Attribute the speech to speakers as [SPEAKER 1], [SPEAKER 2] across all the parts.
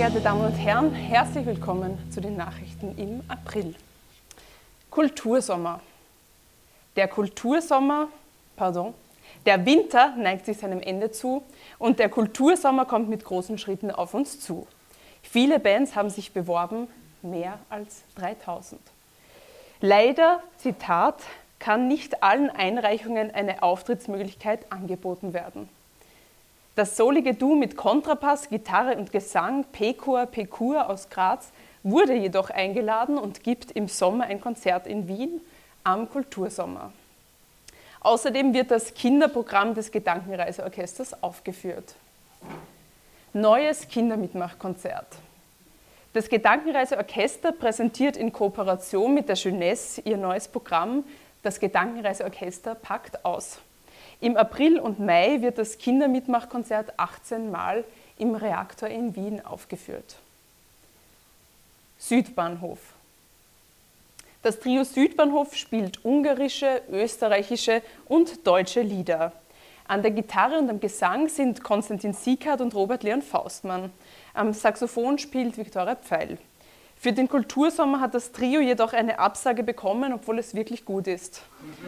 [SPEAKER 1] geehrte Damen und Herren, herzlich willkommen zu den Nachrichten im April. Kultursommer. Der Winter neigt sich seinem Ende zu und der Kultursommer kommt mit großen Schritten auf uns zu. Viele Bands haben sich beworben, mehr als 3000. Leider, Zitat, kann nicht allen Einreichungen eine Auftrittsmöglichkeit angeboten werden. Das soulige Duo mit Kontrabass, Gitarre und Gesang Pecor aus Graz wurde jedoch eingeladen und gibt im Sommer ein Konzert in Wien am Kultursommer. Außerdem wird das Kinderprogramm des Gedankenreiseorchesters aufgeführt. Neues Kindermitmachkonzert. Das Gedankenreiseorchester präsentiert in Kooperation mit der Jeunesse ihr neues Programm Das Gedankenreiseorchester packt aus. Im April und Mai wird das Kindermitmachkonzert 18 Mal im Reaktor in Wien aufgeführt. Südbahnhof. Das Trio Südbahnhof spielt ungarische, österreichische und deutsche Lieder. An der Gitarre und am Gesang sind Konstantin Siekert und Robert Leon Faustmann. Am Saxophon spielt Viktoria Pfeil. Für den Kultursommer hat das Trio jedoch eine Absage bekommen, obwohl es wirklich gut ist.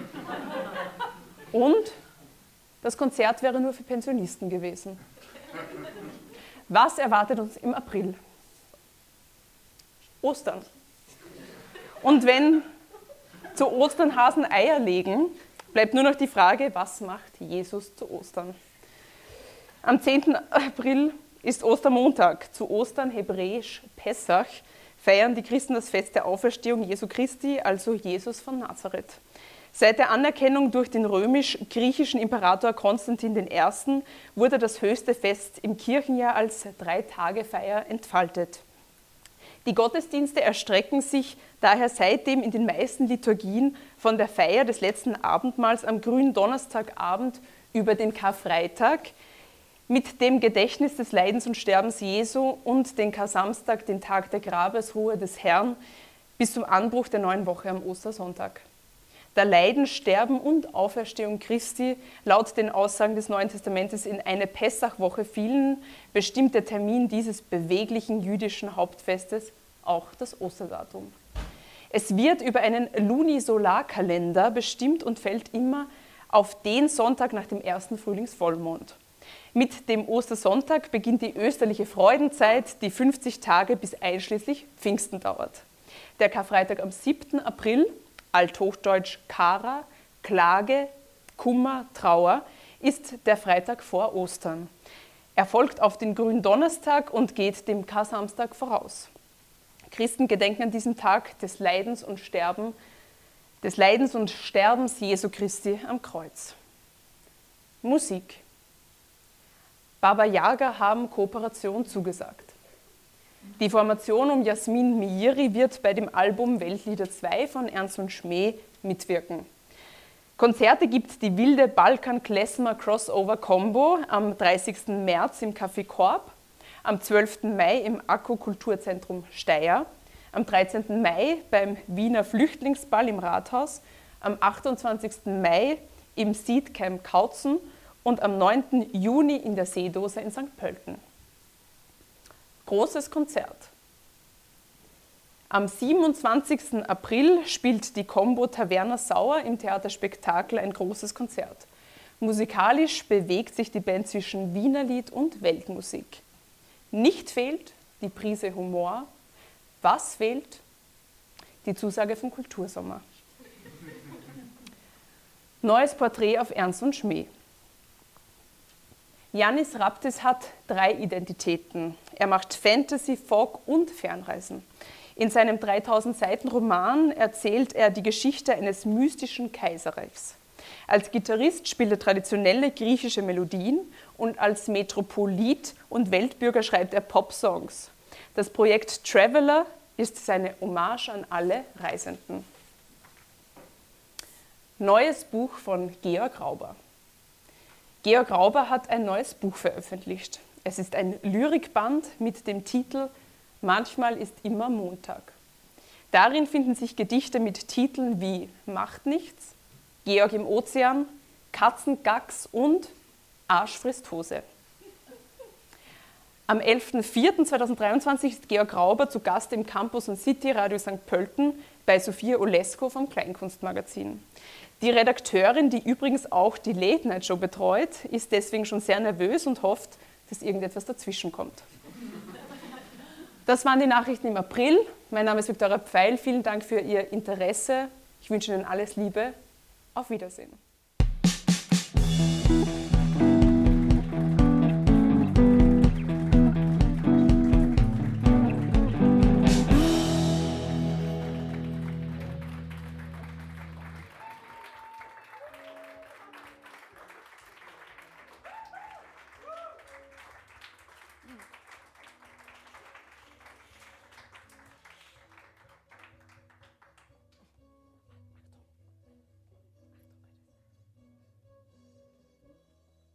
[SPEAKER 1] Und das Konzert wäre nur für Pensionisten gewesen. Was erwartet uns im April? Ostern. Und wenn zu Ostern Hasen Eier legen, bleibt nur noch die Frage, was macht Jesus zu Ostern? Am 10. April ist Ostermontag. Zu Ostern, hebräisch Pessach, feiern die Christen das Fest der Auferstehung Jesu Christi, also Jesus von Nazareth. Seit der Anerkennung durch den römisch-griechischen Imperator Konstantin I. wurde das höchste Fest im Kirchenjahr als 3-Tage-Feier entfaltet. Die Gottesdienste erstrecken sich daher seitdem in den meisten Liturgien von der Feier des letzten Abendmahls am Gründonnerstagabend über den Karfreitag mit dem Gedächtnis des Leidens und Sterbens Jesu und den Kar-Samstag, den Tag der Grabesruhe des Herrn, bis zum Anbruch der neuen Woche am Ostersonntag. Der Leiden, Sterben und Auferstehung Christi laut den Aussagen des Neuen Testamentes in eine Pessachwoche fielen, bestimmt der Termin dieses beweglichen jüdischen Hauptfestes auch das Osterdatum. Es wird über einen Lunisolarkalender bestimmt und fällt immer auf den Sonntag nach dem ersten Frühlingsvollmond. Mit dem Ostersonntag beginnt die österliche Freudenzeit, die 50 Tage bis einschließlich Pfingsten dauert. Der Karfreitag am 7. April, althochdeutsch Kara, Klage, Kummer, Trauer, ist der Freitag vor Ostern. Er folgt auf den Gründonnerstag und geht dem Kar-Samstag voraus. Christen gedenken an diesem Tag des Leidens und Sterbens Jesu Christi am Kreuz. Musik. Baba Yaga haben Kooperation zugesagt. Die Formation um Jasmin Mihiri wird bei dem Album Weltlieder 2 von Ernst und Schmäh mitwirken. Konzerte gibt die wilde Balkan-Klezmer-Crossover-Combo am 30. März im Café Korb, am 12. Mai im Akku-Kulturzentrum Steyr, am 13. Mai beim Wiener Flüchtlingsball im Rathaus, am 28. Mai im Seedcamp Kautzen und am 9. Juni in der Seedose in St. Pölten. Großes Konzert. Am 27. April spielt die Combo Taverna Sauer im Theaterspektakel ein großes Konzert. Musikalisch bewegt sich die Band zwischen Wienerlied und Weltmusik. Nicht fehlt die Prise Humor. Was fehlt? Die Zusage vom Kultursommer. Neues Porträt auf Ernst und Schmäh. Yannis Raptis hat 3 Identitäten. Er macht Fantasy, Folk und Fernreisen. In seinem 3000 Seiten Roman erzählt er die Geschichte eines mystischen Kaiserreichs. Als Gitarrist spielt er traditionelle griechische Melodien und als Metropolit und Weltbürger schreibt er Pop-Songs. Das Projekt Traveler ist seine Hommage an alle Reisenden. Neues Buch von Georg Rauber. Georg Rauber hat ein neues Buch veröffentlicht. Es ist ein Lyrikband mit dem Titel Manchmal ist immer Montag. Darin finden sich Gedichte mit Titeln wie Macht nichts, Georg im Ozean, Katzengacks und Arsch frisst Hose. Am 11.04.2023 ist Georg Rauber zu Gast im Campus und City Radio St. Pölten bei Sophia Olesko vom Kleinkunstmagazin. Die Redakteurin, die übrigens auch die Late-Night-Show betreut, ist deswegen schon sehr nervös und hofft, dass irgendetwas dazwischen kommt. Das waren die Nachrichten im April. Mein Name ist Viktoria Pfeil. Vielen Dank für Ihr Interesse. Ich wünsche Ihnen alles Liebe. Auf Wiedersehen.